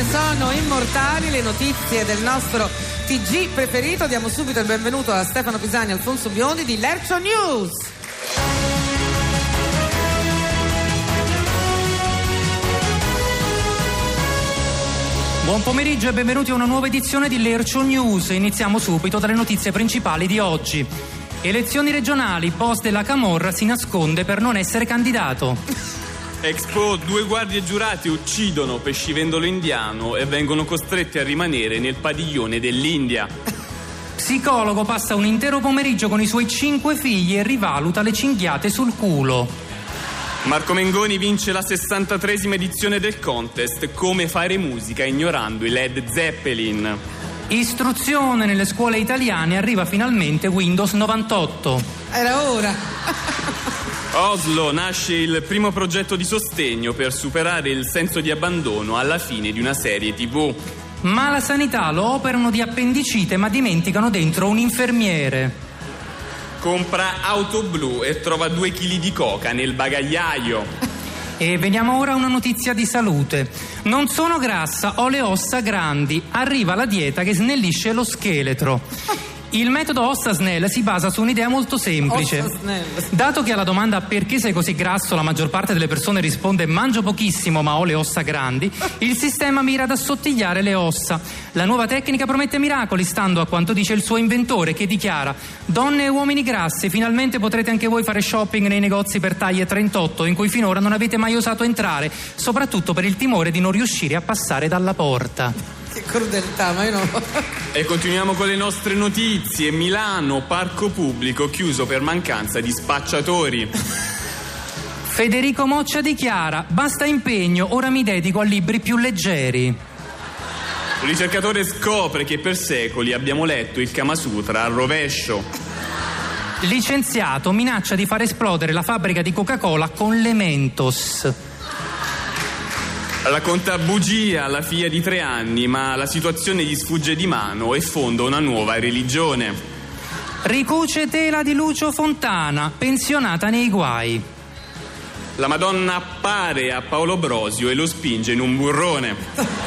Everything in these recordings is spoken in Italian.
sono immortali le notizie del nostro TG preferito. Diamo subito il benvenuto a Stefano Pisani e Alfonso Biondi di Lercio News. Buon pomeriggio e benvenuti a una nuova edizione di Lercio News. Iniziamo subito dalle notizie principali di oggi. Elezioni regionali, boss della Camorra si nasconde per non essere candidato. Expo, 2 guardie giurati uccidono pescivendolo indiano e vengono costretti a rimanere nel padiglione dell'India. Psicologo passa un intero pomeriggio con i suoi 5 figli e rivaluta le cinghiate sul culo. Marco Mengoni vince la 63esima edizione del contest Come fare musica ignorando i Led Zeppelin. Istruzione nelle scuole italiane, arriva finalmente Windows 98. Era ora. Oslo, nasce il primo progetto di sostegno per superare il senso di abbandono alla fine di una serie TV. Ma la sanità lo operano di appendicite ma dimenticano dentro un infermiere. Compra auto blu e trova 2 chili di coca nel bagagliaio. E veniamo ora a una notizia di salute. Non sono grassa, ho le ossa grandi. Arriva la dieta che snellisce lo scheletro. Il metodo Ossa Snell si basa su un'idea molto semplice. Dato che alla domanda perché sei così grasso la maggior parte delle persone risponde mangio pochissimo ma ho le ossa grandi, il sistema mira ad assottigliare le ossa. La nuova tecnica promette miracoli, stando a quanto dice il suo inventore, che dichiara: donne e uomini grassi, finalmente potrete anche voi fare shopping nei negozi per taglie 38 in cui finora non avete mai osato entrare, soprattutto per il timore di non riuscire a passare dalla porta. Che crudeltà, ma io non... E continuiamo con le nostre notizie. Milano, parco pubblico chiuso per mancanza di spacciatori. Federico Moccia dichiara: basta impegno, ora mi dedico a libri più leggeri. Un ricercatore scopre che per secoli abbiamo letto il Kama Sutra al rovescio. Licenziato minaccia di far esplodere la fabbrica di Coca-Cola con le Mentos. Racconta bugia alla figlia di 3 anni, ma la situazione gli sfugge di mano e fonda una nuova religione. Ricuce tela di Lucio Fontana, pensionata nei guai. La Madonna appare a Paolo Brosio e lo spinge in un burrone.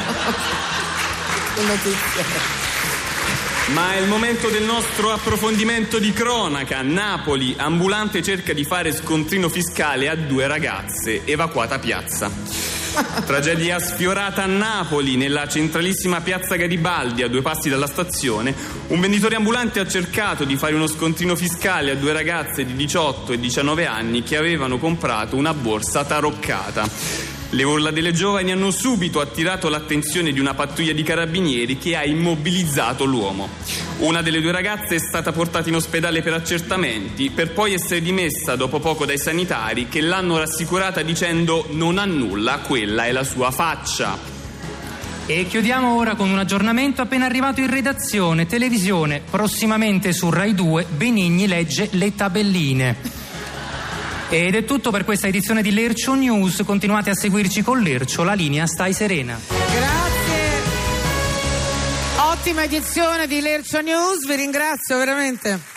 Ma è il momento del nostro approfondimento di cronaca. Napoli, ambulante cerca di fare scontrino fiscale a 2 ragazze, evacuata piazza. Tragedia sfiorata a Napoli, nella centralissima piazza Garibaldi, a 2 passi dalla stazione. Un venditore ambulante ha cercato di fare uno scontrino fiscale a 2 ragazze di 18 e 19 anni che avevano comprato una borsa taroccata. Le urla delle giovani hanno subito attirato l'attenzione di una pattuglia di carabinieri che ha immobilizzato l'uomo. Una delle 2 ragazze è stata portata in ospedale per accertamenti, per poi essere dimessa dopo poco dai sanitari che l'hanno rassicurata dicendo: non ha nulla, quella è la sua faccia. E chiudiamo ora con un aggiornamento appena arrivato in redazione. Televisione, prossimamente su Rai 2, Benigni legge le tabelline. Ed è tutto per questa edizione di Lercio News. Continuate a seguirci con Lercio, la linea stai serena. Grazie. Ottima edizione di Lercio News, vi ringrazio veramente.